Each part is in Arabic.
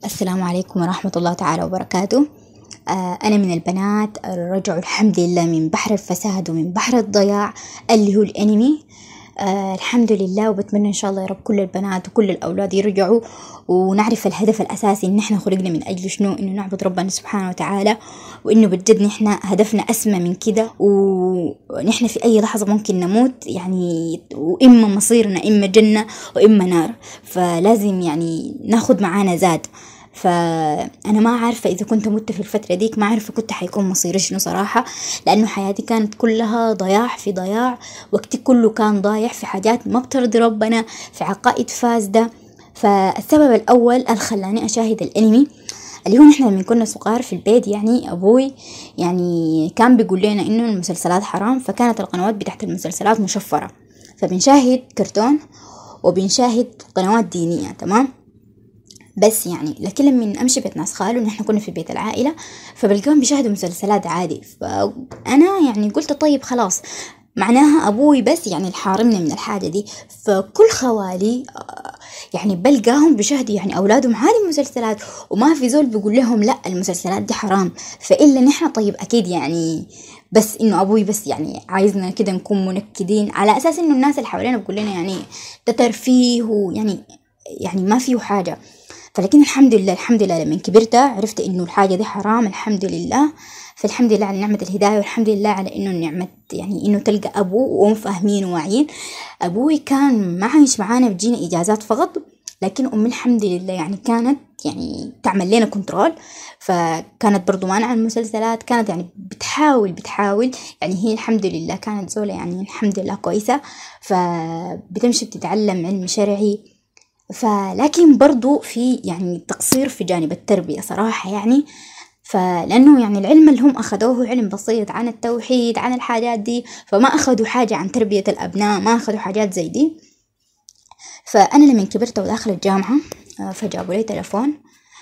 السلام عليكم ورحمة الله تعالى وبركاته. أنا من البنات رجعوا الحمد لله من بحر الفساد ومن بحر الضياع اللي هو الأنمي. الحمد لله، وبتمنى إن شاء الله يا رب كل البنات وكل الأولاد يرجعوا ونعرف الهدف الأساسي إن إحنا خلقنا من أجل شنو، إنه نعبد ربنا سبحانه وتعالى، وإنه بجد نحن هدفنا أسمى من كده، ونحن في أي لحظة ممكن نموت يعني، وإما مصيرنا إما جنة وإما نار، فلازم يعني ناخد معانا زاد. فأنا ما عارفة إذا كنت مت في الفترة ديك، ما عارفة كنت حيكون مصيري شنو صراحة، لأنه حياتي كانت كلها ضياع في ضياع، وقتي كله كان ضايع في حاجات ما بترضي ربنا، في عقائد فاسدة. فالسبب الأول اللي خلاني أشاهد الأنمي اللي هو نحن لما كنا صغار في البيت، يعني أبوي يعني كان بيقول لنا إنه المسلسلات حرام، فكانت القنوات بتاعت المسلسلات مشفرة، فبنشاهد كرتون وبنشاهد قنوات دينية، تمام. بس يعني لكن لما امشي بيت ناس خالو، نحن كنا في بيت العائله، فبلقاهم بيشاهدوا مسلسلات عادي، فانا يعني قلت طيب خلاص، معناها ابوي بس يعني الحارمنا من الحاجه دي. فكل خوالي يعني بلقاهم بيشاهدوا يعني اولادهم عادي مسلسلات، وما في زول بيقول لهم لا المسلسلات دي حرام. فالا نحن طيب اكيد يعني، بس انه ابوي بس يعني عايزنا كده نكون منكدين على اساس انه الناس اللي حوالينا بيقول لنا يعني ده ترفيه، يعني ما فيه حاجه. فلكن الحمد لله الحمد لله لما كبرت عرفت انه الحاجة دي حرام، الحمد لله. فالحمد لله على نعمة الهداية، والحمد لله على انه نعمة يعني انه تلقى ابو وام فاهمين وواعيين. ابوي كان ما عايش معانا، بتجينا اجازات فقط، لكن امي الحمد لله يعني كانت يعني تعمل لنا كنترول، فكانت برضو مانعة المسلسلات، كانت يعني بتحاول يعني، هي الحمد لله كانت زولة يعني الحمد لله كويسة، فبتمشي بتتعلم علم شرعي. فلكن برضو في يعني تقصير في جانب التربية صراحة يعني، فلأنه يعني العلم اللي هم أخذوه علم بسيط عن التوحيد عن الحاجات دي، فما أخذوا حاجة عن تربية الأبناء، ما أخذوا حاجات زي دي. فأنا لما كبرت وداخل الجامعة فجابوا لي تلفون،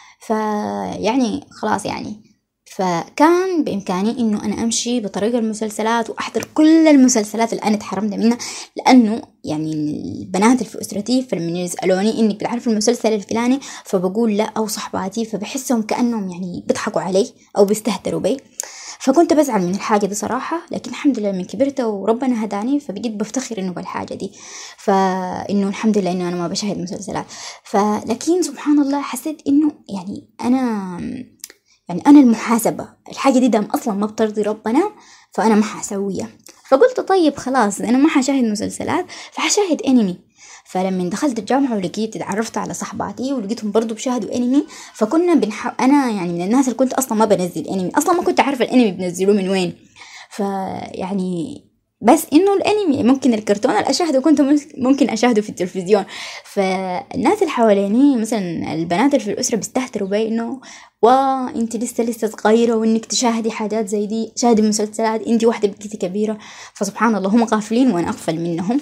فيعني خلاص يعني، فكان بإمكاني إنه أنا أمشي بطريقة المسلسلات وأحضر كل المسلسلات اللي أنا تحرمت منها، لأنه يعني البنات اللي في أسرتي فلما يسألوني إنك بتعرف المسلسل الفلاني فبقول لا، أو صحباتي، فبحسهم كأنهم يعني بيضحكوا علي أو بيستهتروا بي، فكنت بزعل من الحاجة دي صراحة. لكن الحمد لله من كبرت وربنا هداني، فبقيت بفتخر إنه بالحاجة دي، فإنه الحمد لله إنه أنا ما بشاهد مسلسلات. فلكن سبحان الله حسيت إنه يعني أنا المحاسبة الحاجة دي دام أصلا ما بترضي ربنا فأنا ما حسويها. فقلت طيب خلاص أنا ما حشاهد مسلسلات، فحشاهد أنمي. فلما دخلت الجامعة ولقيت اتعرفت على صحباتي ولقيتهم برضو بيشاهدوا أنمي، فكنا أنا يعني من الناس اللي كنت أصلا ما بنزل أنمي، أصلا ما كنت عارفة الأنمي بنزلوه من وين. فيعني بس انه الانمي ممكن الكرتون اللي اشاهده كنت ممكن اشاهده في التلفزيون. فالناس اللي حواليني مثلا البنات اللي في الاسره بيستهتروا بي انه انت لسه صغيره وانك تشاهدي حاجات زي دي، شاهدي مسلسلات، انت واحده بقيتي كبيره. فسبحان الله هم غافلين وانا اغفل منهم.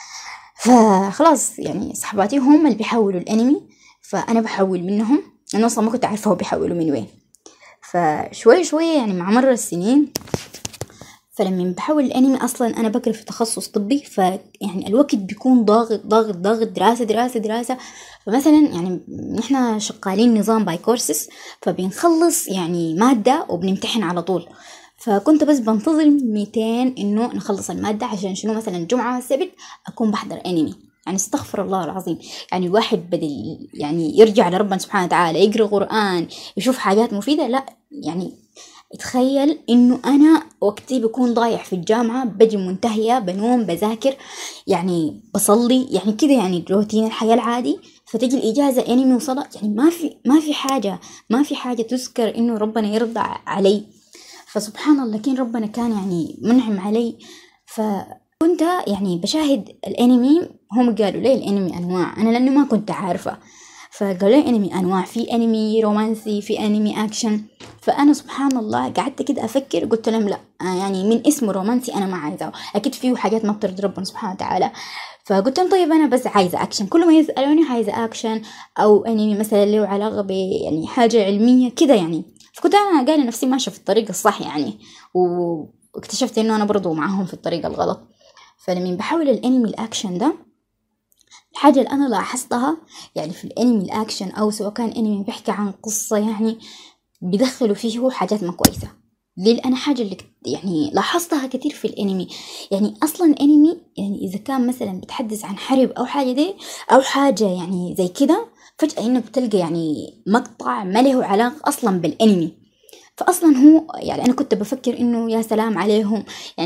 فخلاص يعني صحباتي هم اللي بيحولوا الانمي، فانا بحول منهم، انا اصلا ما كنت عارفه هو بيحولوا من وين. فشوي شوي يعني مع مر السنين، فلما بحول الانمي اصلا انا بقرا في تخصص طبي، فيعني الوقت بيكون ضاغط دراسه. فمثلا يعني نحنا شغالين نظام باي كورسز، فبنخلص يعني ماده وبنمتحن على طول. فكنت بس بنتظر 200 انه نخلص الماده عشان شنو، مثلا الجمعه والسبت اكون بحضر انمي. يعني استغفر الله العظيم، يعني الواحد بدل يعني يرجع لربنا سبحانه وتعالى، يقرأ قرآن، يشوف حاجات مفيدة، لا يعني تخيل انه انا وقتي بيكون ضايع في الجامعة، بجي منتهية بنوم بذاكر يعني بصلي يعني كده، يعني روتين الحياة العادي. فتجي الإجازة انمي وصلاة، يعني ما في حاجة تذكر انه ربنا يرضى علي. فسبحان الله كين ربنا كان يعني منعم علي. فكنت يعني بشاهد الانمي، هم قالوا لي الانمي انواع، انا لانه ما كنت عارفة، فقالوا لي انمي انواع، في انمي رومانسي، في انمي اكشن. فانا سبحان الله قعدت كده افكر، قلت لهم لا يعني من اسمه رومانسي انا ما عايزه، اكيد فيه حاجات ما بترضي ربنا سبحانه وتعالى. فقلت لهم طيب انا بس عايزه اكشن، كل ما يسالوني عايزه اكشن او انمي مثلا له علاقه ب يعني حاجه علميه كده يعني. فكنت انا قايله نفسي ماشيه في الطريق الصح يعني، واكتشفت انه انا برضو معاهم في الطريق الغلط. فلما بحاول الانمي الاكشن ده الحاجة اللي أنا لاحظتها يعني في الأنمي الأكشن أو سواء كان أنمي بيحكي عن قصة يعني بيدخلوا فيه حاجات ما كويسة. ليه؟ أنا حاجة اللي يعني لاحظتها كتير في الأنمي، يعني أصلا الأنمي يعني إذا كان مثلا بتحدث عن حرب أو حاجة دي أو حاجة يعني زي كده، فجأة إنك بتلقى يعني مقطع ما له علاقة أصلا بالأنمي. فأصلا هو يعني أنا كنت بفكر إنه يا سلام عليهم،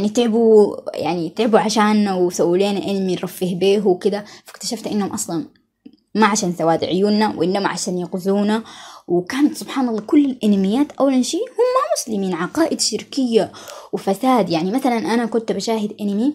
يعني تعبوا عشاننا وسووا لنا أنمي نرفه به وكده، فاكتشفت إنهم أصلا ما عشان سواد عيوننا وإنما عشان يغزونا. وكانت سبحان الله كل الأنميات أولا شيء هم ما مسلمين، عقائد شركية وفساد. يعني مثلا أنا كنت بشاهد أنمي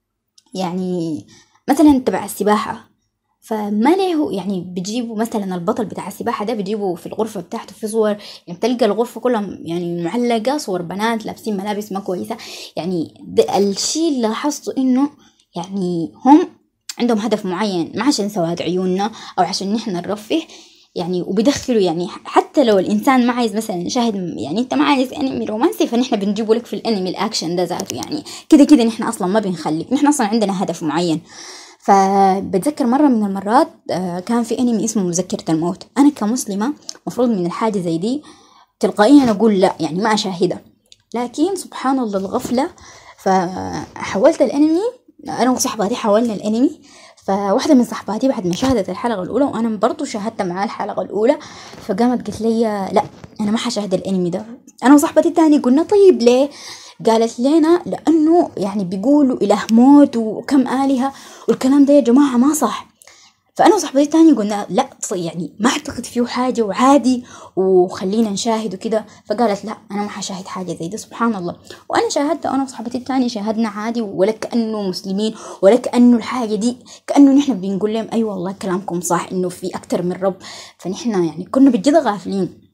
يعني مثلا تبع السباحة، فما له يعني بيجيبوا مثلا البطل بتاع السباحة ده بيجيبوا في الغرفة بتاعته في صور، يعني بتلقى الغرفة كلها يعني معلقة صور بنات لابسين ملابس ما كويسة. يعني الشيء اللي لاحظته إنه يعني هم عندهم هدف معين، ما عشان سواد عيوننا أو عشان نحن نرفه يعني. وبيدخلوا يعني حتى لو الإنسان ما عايز مثلا يشاهد، يعني أنت ما عايز أنمي رومانسي فنحن بنجيبه لك في الأنمي الأكشن ده ذاته، يعني كده كده نحن أصلا ما بنخليك، نحن أصلا عندنا هدف معين. فبتذكر مرة من المرات كان في أنمي اسمه مذكرة الموت. أنا كمسلمة مفروض من الحاجة زي دي تلقائيا أقول لا، يعني ما أشاهدها، لكن سبحان الله الغفلة فحولت الأنمي. أنا وصحباتي حولنا الأنمي، فواحدة من صحباتي بعد ما شاهدت الحلقة الأولى وأنا برضو شاهدت معها الحلقة الأولى، فقامت قلت لي لا أنا ما حشاهد الأنمي ده. أنا وصحبتي التانية قلنا طيب ليه؟ قالت لنا لأنه يعني بيقولوا إله موت وكم آلهة والكلام ده يا جماعة ما صح. فأنا وصاحبتي التانية قلنا لا يعني ما أعتقد فيه حاجة وعادي وخلينا نشاهد وكده. فقالت لا أنا ما حشاهد حاجة زي ده. سبحان الله، وأنا شاهدت، أنا وصاحبتي التانية شاهدنا عادي ولا كأنه مسلمين ولا كأنه الحاجة دي كأنه نحن بنقول لهم أيوة والله كلامكم صح إنه في أكتر من رب. فنحن يعني كنا بجد غافلين.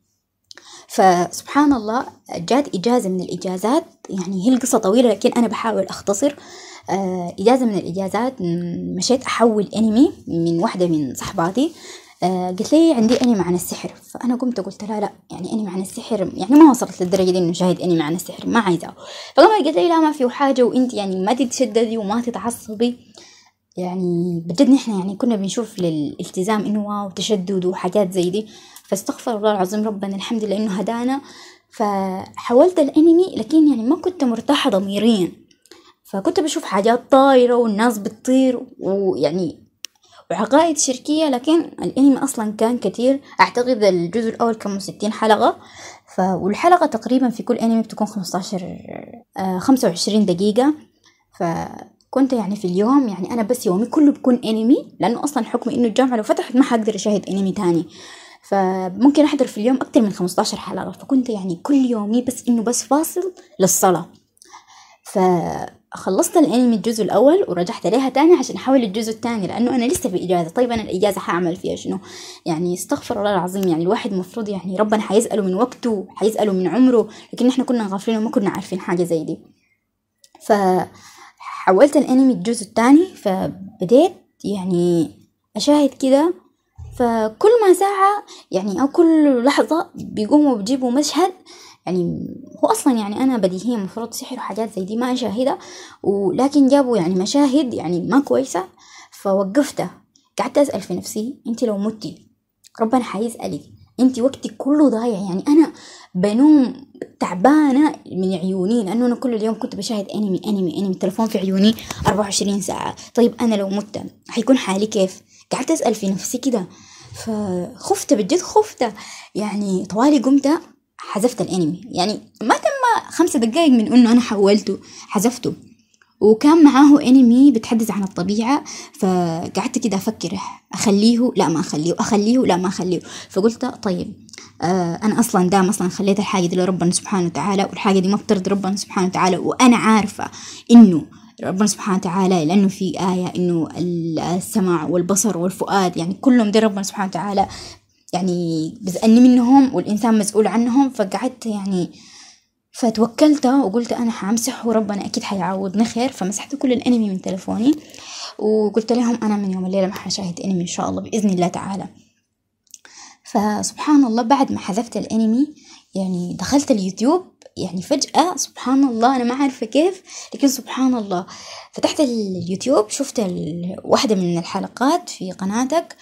فسبحان الله جات إجازة من الإجازات، يعني هي القصة طويلة لكن أنا بحاول أختصر. إجازة من الإجازات مشيت أحول أنمي من واحدة من صحباتي، قلت لي عندي أنمي عن السحر. فأنا قمت قلت لها لا يعني أنمي عن السحر يعني ما وصلت للدرجة دي إنه شاهد أنمي عن السحر ما عايزاه. فقامت قلت لي لا ما فيه حاجة وإنت يعني ما تتشددي وما تتعصبي. يعني بجد نحن يعني كنا بنشوف للالتزام إنه واو تشدد وحاجات زي دي، فاستغفر الله العظيم ربنا الحمد لله إنه هدانا. فحولت الأنمي لكن يعني ما كنت مرتاحة ضميريا، فكنت بشوف حاجات طايرة والناس بتطير ويعني وعقائد شركية. لكن الأنمي أصلا كان كتير، أعتقد الجزء الأول كان 60 حلقة، والحلقة تقريبا في كل أنمي بتكون 25 دقيقة. فكنت يعني في اليوم يعني أنا بس يومي كله بكون أنمي، لأنه أصلا حكم إنه الجامعة لو فتحت ما حقدر أشاهد أنمي تاني، فممكن أحضر في اليوم أكتر من 15 حلقة. فكنت يعني كل يومي بس إنه بس فاصل للصلاة. فخلصت الانمي الجزء الاول ورجعت عليها تاني عشان احاول الجزء الثاني لانه انا لسه في اجازه. طيب انا الاجازه حاعمل فيها شنو؟ يعني استغفر الله العظيم، يعني الواحد مفروض يعني ربنا حيساله من وقته حيساله من عمره، لكن احنا كنا غافلين وما كنا عارفين حاجه زي دي. فحولت الانمي الجزء الثاني، فبديت يعني اشاهد كده. فكل ما ساعة يعني أو كل لحظة بيقوموا بيجيبوا مشهد، يعني هو أصلا يعني أنا بديهيا مفروض سحر وحاجات زي دي ما أشاهدها، ولكن جابوا يعني مشاهد يعني ما كويسة. فوقفته قعدت أسأل في نفسي أنت لو متي ربنا حيسألك، أنت وقتك كله ضايع. يعني أنا بنوم تعبانة من عيوني لأنه أنا كل اليوم كنت بشاهد أنمي التلفون في عيوني 24 ساعة. طيب أنا لو مت حيكون حالي كيف؟ قعدت أسأل في نفسي كده، فخفت بجد خفت. يعني طوالي قمت حذفت الانمي، يعني ما تم 5 دقائق من انه انا حولته حذفته. وكان معاه انمي بتحدث عن الطبيعة، فقعدت كده افكر اخليه لا ما اخليه، اخليه لا ما اخليه. فقلت طيب انا اصلا دام اصلا خليت الحاجة دي لربنا سبحانه وتعالى، والحاجة دي ما بترضي ربنا سبحانه وتعالى، وانا عارفة انه ربنا سبحانه وتعالى لأنه في آية إنه السمع والبصر والفؤاد يعني كلهم دي ربنا سبحانه وتعالى يعني بيسألني منهم والإنسان مسؤول عنهم. فقعدت يعني فتوكلت وقلت أنا حامسح وربنا أكيد حيعوضني خير. فمسحت كل الأنمي من تلفوني وقلت لهم أنا من يوم الليلة ما حشاهد أنمي إن شاء الله بإذن الله تعالى. فسبحان الله بعد ما حذفت الأنمي يعني دخلت اليوتيوب، يعني فجأة سبحان الله أنا ما عارفة كيف، لكن سبحان الله فتحت اليوتيوب شفت واحدة من الحلقات في قناتك،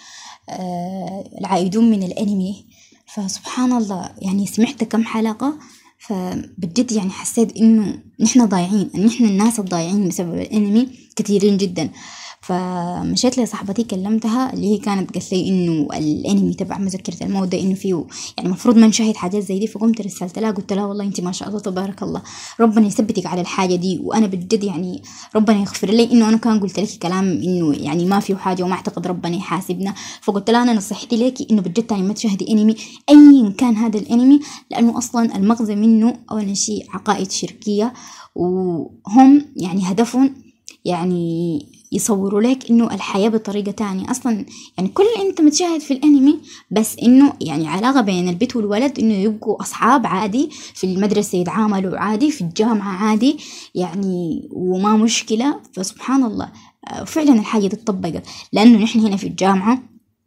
العائدون من الأنمي. فسبحان الله يعني سمعت كم حلقة، فبجد يعني حسيت إنه نحن ضايعين، نحن الناس الضايعين بسبب الأنمي كثيرين جدا. فمشيت لصاحبتي كلمتها اللي هي كانت قالت لي انه الانمي تبع مذكرة الموت ده انه فيه يعني المفروض ما نشاهد حاجات زي دي. فقمت رسلت لها قلت لها والله انت ما شاء الله تبارك الله، ربنا يثبتك على الحاجة دي، وانا بجد يعني ربنا يغفر لي انه انا كان قلت لك كلام انه يعني ما فيه حاجة وما اعتقد ربنا يحاسبنا. فقلت لها انا نصيحتي لك انه بجد تاني ما تشاهدي انمي ايا كان هذا الانمي، لانه اصلا المغزى منه اول شيء عقائد شركية، وهم يعني هدفهم يعني يصوروا لك انه الحياة بطريقة تانية. اصلا يعني كل انت متشاهد في الانمي بس انه يعني علاقة بين البنت والولد انه يبقوا اصحاب عادي، في المدرسة يتعاملوا عادي، في الجامعة عادي يعني وما مشكلة. فسبحان الله فعلا الحاجة دي اتطبقت، لانه نحن هنا في الجامعة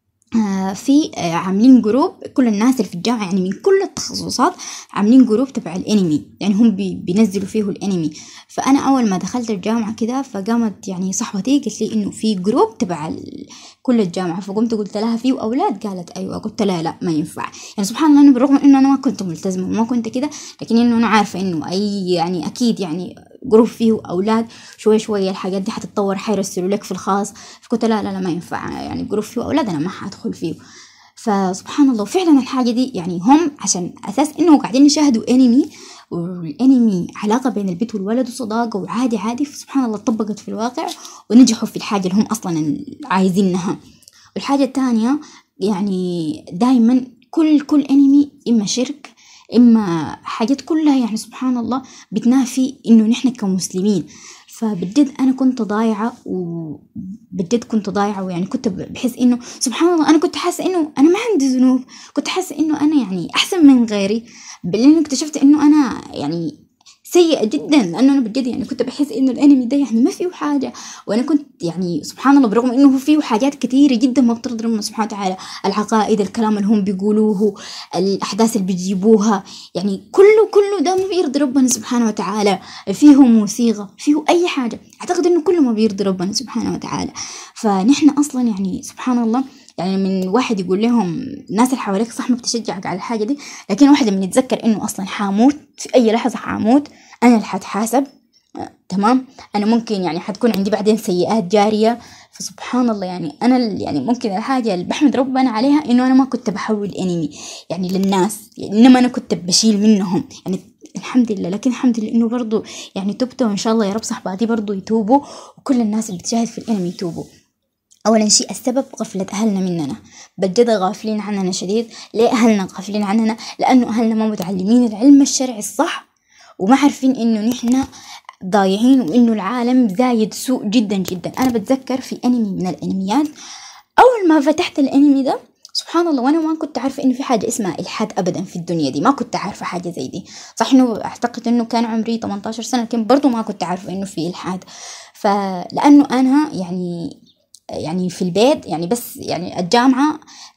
في عاملين جروب كل الناس اللي في الجامعة يعني من كل التخصصات، عاملين جروب تبع الانمي، يعني هم بينزلوا فيه الانمي. فانا اول ما دخلت الجامعة كده فقامت يعني صاحبتي قلت لي انه في جروب تبع كل الجامعة. فقمت قلت لها فيه اولاد؟ قالت ايوه. قلت لها لا ما ينفع. يعني سبحان الله أنا بالرغم انه انا ما كنت ملتزمة وما كنت كده، لكن انه انا عارفة انه اي يعني اكيد يعني جروب فيه اولاد شوي شوي الحاجات دي حتتطور، حيرسلوا لك في الخاص. فقلت لا لا لا ما ينفع، يعني جروب فيه اولاد انا ما حادخل فيه. فسبحان الله فعلا الحاجة دي يعني هم عشان اساس انه قاعدين يشاهدوا انمي، والانمي علاقة بين البنت والولد وصداقة وعادي عادي، فسبحان الله طبقت في الواقع ونجحوا في الحاجة اللي هم اصلا عايزينها. والحاجة الثانية يعني دايما كل انمي اما شرك اما حاجات كلها يعني سبحان الله بتنافي انه نحن كمسلمين. فبجد انا كنت ضايعه، وبجد كنت ضايعه، ويعني كنت بحس انه سبحان الله انا كنت حاسه انه انا ما عندي ذنوب، كنت حاسه انه انا يعني احسن من غيري، بل اكتشفت انه انا يعني سيئة جدا، لأنه أنا بجد يعني كنت بحس إنه الأنمي ده يعني ما فيه حاجة. وأنا كنت يعني سبحان الله برغم إنه فيه حاجات كتيرة جدا ما بترضي ربنا سبحانه وتعالى، العقائد، الكلام اللي هم بيقولوه، الأحداث اللي بيجيبوها، يعني كله ده ما بيرضي ربنا سبحانه وتعالى، فيه موسيقى، فيه أي حاجة، أعتقد إنه كله ما بيرضي ربنا سبحانه وتعالى. فنحن أصلا يعني سبحان الله يعني من واحد يقول لهم الناس اللي حواليك صح ما بتشجعك على الحاجة دي، لكن واحدة من يتذكر إنه أصلا حاموت في أي لحظة، حاموت أنا اللي حتحاسب، تمام، أنا ممكن يعني حتكون عندي بعدين سيئات جارية. فسبحان الله يعني أنا يعني ممكن الحاجة اللي بحمد ربنا عليها إنه أنا ما كنت بحول أنمي يعني للناس، يعني إنما أنا كنت بشيل منهم يعني الحمد لله. لكن الحمد لله إنه برضو يعني تبت، وإن شاء الله يا رب صحباتي برضو يتوبوا، وكل الناس اللي بتشاهد في الأنمي يتوبوا. أولا شيء السبب غفلة أهلنا مننا، بجد غافلين عننا شديد. ليه أهلنا غافلين عننا؟ لأنه أهلنا ما متعلمين العلم الشرعي الصح، وما عارفين إنه نحن ضايعين، وإنه العالم زايد سوء جدا جدا. أنا بتذكر في أنمي من الأنميات أول ما فتحت الأنمي ده سبحان الله وأنا ما كنت عارفة إنه في حاجة اسمها إلحاد أبدا في الدنيا دي، ما كنت عارفة حاجة زي دي. صح إنه أعتقد إنه كان عمري 18 سنة، لكن برضو ما كنت عارفة إنه في إلحاد. فلأنه أنا يعني في البيت يعني بس يعني الجامعة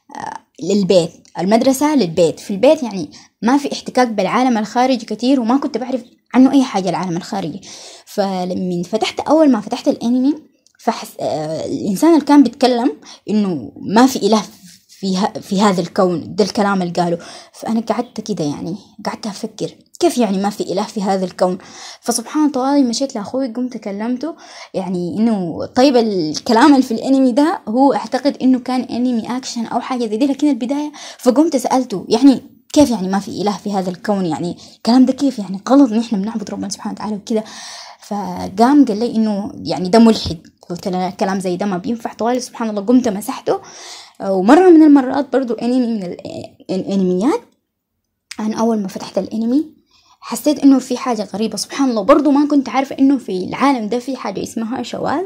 للبيت، المدرسة للبيت، في البيت يعني ما في احتكاك بالعالم الخارجي كتير، وما كنت بعرف عنه أي حاجة العالم الخارجي. فلما أول ما فتحت الأنمي فحس الإنسان اللي كان بيتكلم إنه ما في إله في هذا الكون، ده الكلام اللي قاله. فأنا قعدت كده يعني قعدت أفكر كيف يعني ما في إله في هذا الكون. فسبحان الله مشيت لأخوي قمت كلمته يعني إنه طيب الكلام اللي في الأنمي ده هو أعتقد إنه كان أنمي أكشن أو حاجة زي دي، لكن البداية فقمت سألته يعني كيف يعني ما في إله في هذا الكون، يعني الكلام ده كيف يعني غلط نحن بنعبد ربنا سبحانه وتعالى وكده. فقام قال لي إنه يعني ده ملحد. قلت له كلام زي ده ما بينفع. طوالي سبحان الله قمت مسحته. ومرة من المرات برضو أنمي من الأنميات، أنا أول ما فتحت الأنمي حسيت إنه في حاجة غريبة سبحان الله، برضو ما كنت عارفة إنه في العالم ده في حاجة اسمها شواذ،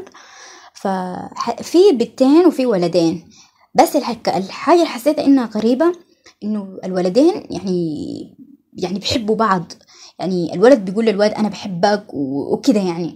ففي بنتين وفي ولدين. بس الحاجة اللي حسيتها إنها غريبة إنه الولدين يعني بيحبوا بعض، يعني الولد بيقول للولد أنا بحبك وكده يعني،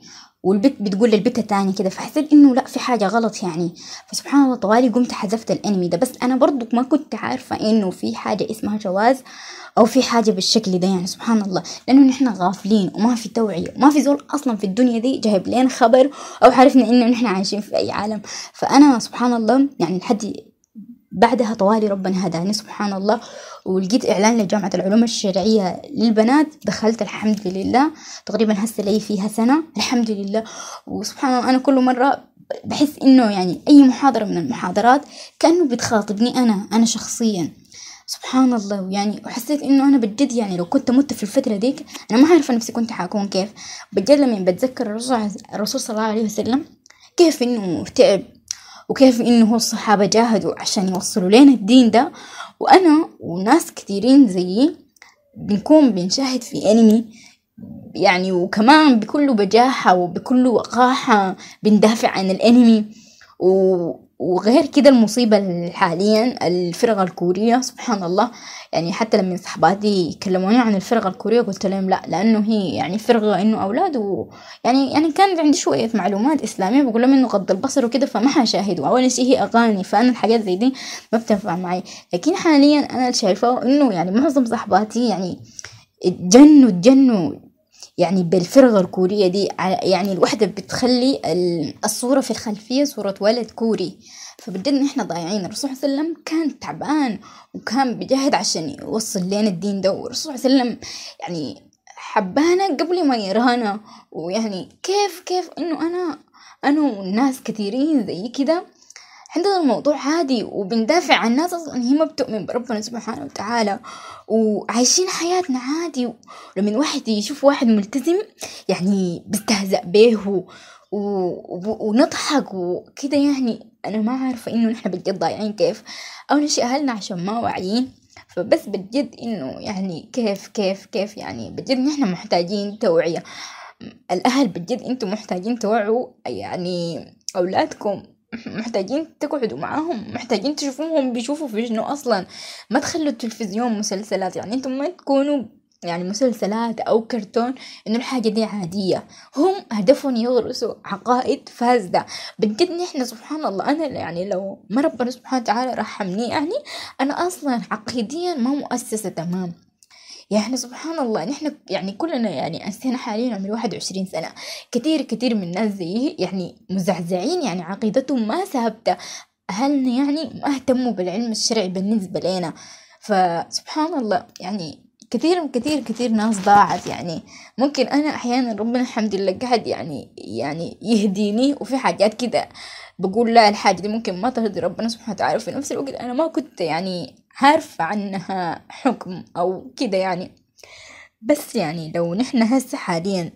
والبت بتقول للبت التانية كده، فحسيت انه لا في حاجة غلط يعني. فسبحان الله طوالي قمت حذفت الانمي ده. بس انا برضو ما كنت عارفة انه في حاجة اسمها جواز او في حاجة بالشكل ده يعني. سبحان الله، لانه نحن غافلين وما في توعية وما في زول اصلا في الدنيا دي جايب لنا خبر او عارفنا انه نحن عايشين في اي عالم. فانا سبحان الله يعني لحد بعدها طوالي ربنا هداني سبحان الله، ولقيت إعلان لجامعة العلوم الشرعية للبنات، دخلت الحمد لله. تقريبا هسه لي فيها سنة الحمد لله. وسبحان الله أنا كل مرة بحس إنه يعني أي محاضرة من المحاضرات كأنه بتخاطبني أنا شخصيا سبحان الله يعني. وحسيت إنه أنا بجد يعني لو كنت مت في الفترة ديك أنا ما عارفة نفسي كنت حكون كيف. بجد لما بتذكر الرسول صلى الله عليه وسلم كيف إنه تعب، وكيف إنه الصحابة جاهدوا عشان يوصلوا لنا الدين ده، وأنا وناس كتيرين زيي بنكون بنشاهد في أنمي يعني، وكمان بكل بجاحة وبكل وقاحة بندافع عن الأنمي. وغير كده المصيبة حاليا الفرقة الكورية سبحان الله يعني. حتى لما صحباتي كلموني عن الفرقة الكورية قلت لهم لا، لأنه هي يعني فرقة إنه أولاد يعني كان عندي شوية معلومات إسلامية بقول لهم إنه غض البصر وكده فما حشاهد، وأول شيء هي أغاني فأنا الحاجات زي دي ما بتنفع معي. لكن حاليا أنا شايفة إنه يعني معظم صحباتي يعني اتجنوا يعني بالفرقة الكورية دي. يعني الوحدة بتخلي الصورة في الخلفية صورة ولد كوري. فبجد نحن ضايعين. الرسول صلى الله عليه وسلم كان تعبان وكان بجاهد عشان يوصل لنا الدين ده، والرسول صلى الله عليه وسلم يعني حبانا قبل ما يرانا. ويعني كيف انه انا والناس كثيرين زي كده عندنا الموضوع عادي وبندافع عن الناس اصلا هي ما بتؤمن بربنا سبحانه وتعالى وعايشين حياتنا عادي. ولما واحد يشوف واحد ملتزم يعني بيستهزأ به ونضحك وكده يعني. انا ما عارفة انه نحن بجد ضايعين كيف. اول شيء اهلنا عشان ما واعيين. فبس بجد انه يعني كيف يعني بجد نحن محتاجين توعية. الاهل بجد انتم محتاجين توعوا يعني اولادكم، محتاجين تقعدوا معاهم، محتاجين تشوفوهم بيشوفوا في شنو اصلا. ما تخلوا التلفزيون مسلسلات يعني. انتم ما تكونوا يعني مسلسلات او كرتون انه الحاجة دي عادية. هم هدفهم يغرسوا عقائد فاسدة. بجد نحن سبحان الله انا يعني لو ما ربنا سبحانه وتعالى رحمني يعني انا اصلا عقيديا ما مؤسسة تمام يعني. سبحان الله نحن يعني كلنا يعني أنا حاليا عمري 21 سنة. كتير من الناس زي يعني مزعزعين يعني عقيدتهم ما ثابتة. أهلنا يعني ما اهتموا بالعلم الشرعي بالنسبة لنا. فسبحان الله يعني كتير ناس ضاعت يعني. ممكن أنا أحيانا ربنا الحمد لله قاعد يعني يهديني وفي حاجات كده بقول لا الحاجة دي ممكن ما ترضي ربنا سبحانه وتعالى. في نفس الوقت أنا ما كنت يعني عارفة عنها حكم أو كده يعني. بس يعني لو نحن هسه حاليا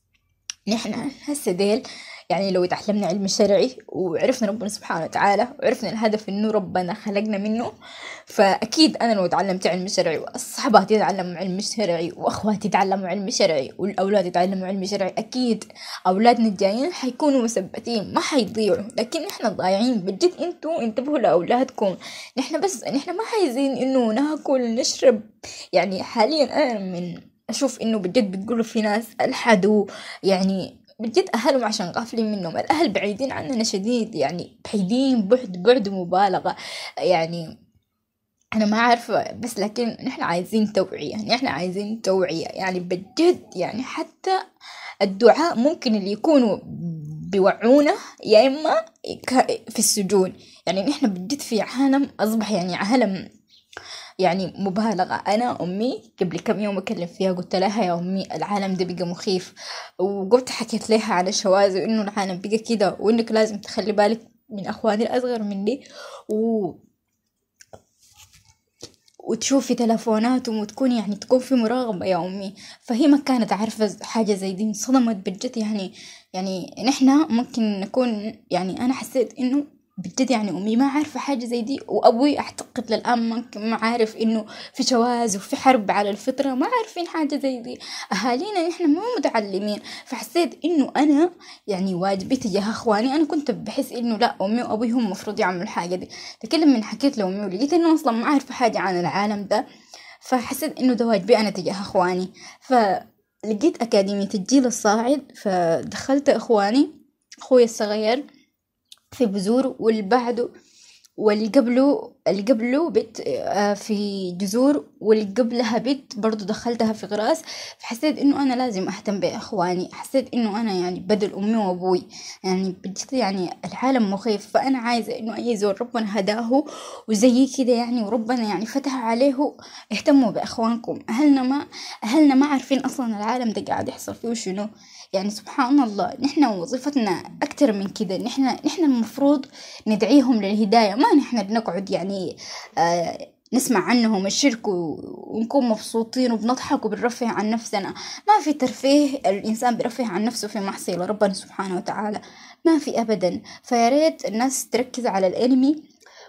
نحن هسه ديل يعني لو تعلمنا علم شرعي وعرفنا ربنا سبحانه وتعالى وعرفنا الهدف انه ربنا خلقنا منه، فاكيد انا لو تعلمت علم شرعي واصحاباتي يتعلموا علم شرعي واخواتي يتعلموا علم شرعي والاولاد يتعلموا علم شرعي اكيد اولادنا الجايين حيكونوا مثبتين ما حيضيعوا. لكن احنا ضايعين بجد. انتوا انتبهوا لاولادكم. نحن ما عايزين انه ناكل نشرب يعني. حاليا انا من اشوف انه بجد بتقولوا في ناس الحدوا يعني بجد اهلهم عشان غافلين منهم. الاهل بعيدين عننا شديد يعني بعيدين بعد مبالغة يعني. انا ما عارفة بس لكن نحن عايزين توعية. نحن عايزين توعية يعني بجد يعني. حتى الدعاء ممكن اللي يكونوا بيوعونا يا اما في السجون يعني. نحن بجد في عالم اصبح يعني عالم يعني مبالغة. أنا أمي قبل كم يوم أكلم فيها قلت لها يا أمي العالم ده بقى مخيف، وقلت حكيت لها على الشواذ وإنه العالم بقى كده وإنك لازم تخلي بالك من أخواني الأصغر مني وتشوفي تلفوناتهم وتكون يعني تكون في مراقبة يا أمي. فهي ما كانت عارفة حاجة زي دي. انصدمت بجد يعني نحنا ممكن نكون يعني أنا حسيت إنه بجد يعني أمي ما عارفة حاجة زي دي، وأبوي أعتقد للآن ممكن ما عارف إنه في جواز وفي حرب على الفطرة. ما عارفين حاجة زي دي. أهالينا نحنا مو متعلمين. فحسيت إنه أنا يعني واجبي تجاه أخواني. أنا كنت بحس إنه لا أمي وأبوي هم مفروض يعملوا الحاجة دي. لكن من حكيت لأمي ولقيت إنه أصلا ما عارفة حاجة عن العالم ده، فحسيت إنه ده واجبي أنا تجاه أخواني. لقيت أكاديمية الجيل الصاعد، فدخلت إخواني، أخوي الصغير في بذور، واللي بعده اللي قبله بيت في جذور، واللي قبلها بيت برضو دخلتها في غراس. فحسيت إنه أنا لازم أهتم بإخواني، حسيت إنه أنا يعني بدل أمي وأبوي، يعني بجد يعني العالم مخيف، فأنا عايزة إنه أي زول ربنا هداه وزي كده يعني، وربنا يعني فتح عليه، اهتموا بإخوانكم. أهلنا ما عارفين أصلا العالم ده قاعد يحصل فيه شنو. يعني سبحان الله، نحن وظيفتنا أكتر من كده، نحن المفروض ندعيهم للهداية، ما نحن بنقعد يعني نسمع عنهم الشرك ونكون مبسوطين وبنضحك وبنرفه عن نفسنا. ما في ترفيه الإنسان بيرفه عن نفسه في معصية لربنا سبحانه وتعالى، ما في أبدا. فياريت الناس تركز على الأنمي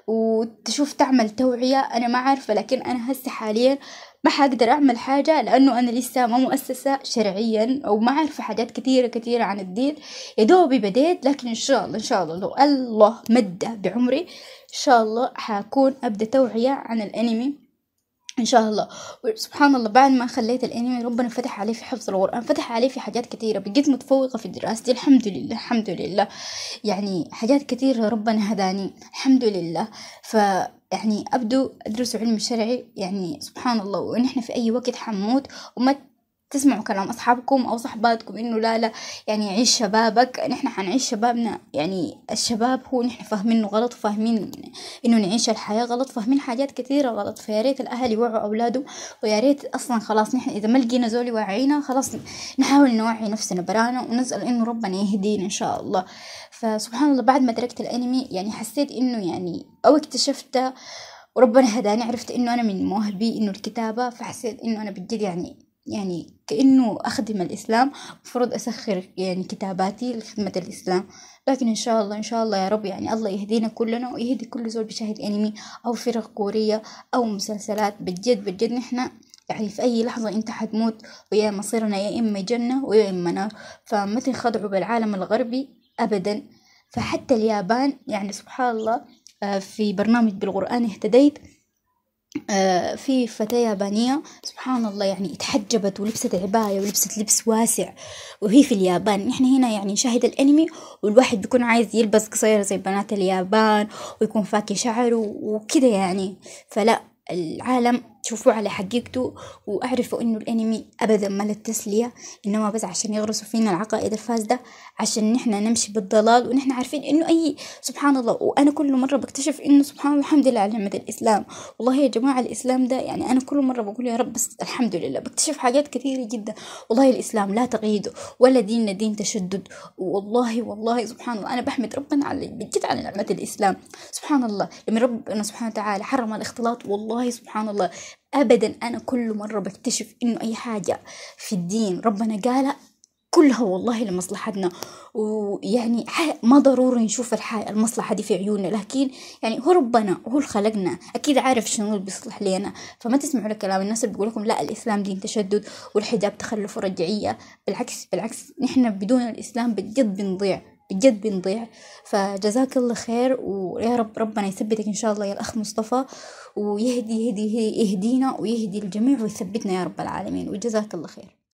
وتشوف تعمل توعية. أنا ما عارفة، لكن أنا هسه حاليا ما حقدر أعمل حاجة، لأنه أنا لسه ما مؤسسة شرعيا أو ما عارفة حاجات كتيرة عن الدين. يا دوبي بديت، لكن إن شاء الله لو الله مد بعمري إن شاء الله حكون أبدأ توعية عن الأنمي إن شاء الله. سبحان الله، بعد ما خليت الأنمي ربنا فتح عليه في حفظ القرآن، فتح عليه في حاجات كتيرة، بقيت متفوقة في دراستي الحمد لله الحمد لله. يعني حاجات كتيرة ربنا هداني الحمد لله. يعني أبدو أدرس علم شرعي، يعني سبحان الله. ونحن في أي وقت حنموت، وما تسمعوا كلام أصحابكم أو صحباتكم إنه لا يعني عيش شبابك. نحن حنعيش شبابنا، يعني الشباب هو نحن فاهمينه غلط، فاهمين إنه نعيش الحياة غلط، فاهمين حاجات كثيرة غلط. فيا ريت الأهل يوعوا أولادهم، ويا ريت أصلا خلاص نحن إذا ما لقينا زول يوعينا خلاص نحاول نوعي نفسنا برانا، ونسأل إنه ربنا يهدينا إن شاء الله. فسبحان الله، بعد ما تركت الأنمي يعني حسيت إنه يعني أو اكتشفت وربنا هداني، عرفت إنه أنا من مواهبي إنه الكتابة. فحسيت إنه أنا بجد يعني كأنه أخدم الإسلام، مفروض أسخر يعني كتاباتي لخدمة الإسلام. لكن إن شاء الله يا رب، يعني الله يهدينا كلنا ويهدي كل زول بيشاهد أنمي أو فرق كورية أو مسلسلات. بجد نحن يعني في أي لحظة أنت حتموت، ويا مصيرنا يا إما جنة ويا إما نار. فما تنخدعوا بالعالم الغربي أبدا. فحتى اليابان يعني سبحان الله، في برنامج بالقرآن اهتديت، في فتاة يابانية سبحان الله يعني اتحجبت ولبست عباية ولبست لبس واسع، وهي في اليابان. نحن هنا يعني نشاهد الأنمي والواحد بيكون عايز يلبس قصير زي بنات اليابان ويكون فاكي شعره وكده يعني. فلا، العالم شوفوا على حقيقته، وأعرفوا إنه الأنمي أبدا ما للتسلية، إنما بس عشان يغرسوا فينا العقائد الفاسدة، عشان نحن نمشي بالضلال. ونحن عارفين إنه أي سبحان الله، وأنا كل مرة بكتشف إنه سبحان الله الحمد لله على نعمة الإسلام. والله يا جماعة الإسلام ده يعني أنا كل مرة بقول يا رب بس الحمد لله، بكتشف حاجات كثيرة جدا. والله الإسلام لا تقييد ولا ديننا دين تشدد. والله سبحان الله أنا بحمد ربنا على بجد على نعمة الإسلام. سبحان الله لما ربنا سبحانه وتعالى حرم الاختلاط، والله سبحان الله أبدا أنا كل مرة بكتشف إنه أي حاجة في الدين ربنا قالها كلها والله لمصلحتنا. ويعني ما ضروري نشوف المصلحة دي في عيوننا، لكن يعني هو ربنا هو اللي خلقنا أكيد عارف شنو اللي بيصلح لنا. فما تسمعوا لكلام الناس اللي بيقول لكم لا الإسلام دين تشدد والحجاب تخلف ورجعية. بالعكس نحن بدون الإسلام بجد بنضيع. فجزاك الله خير، ويا رب ربنا يثبتك إن شاء الله يا الأخ مصطفى، ويهدينا ويهدي الجميع ويثبتنا يا رب العالمين، وجزاك الله خير.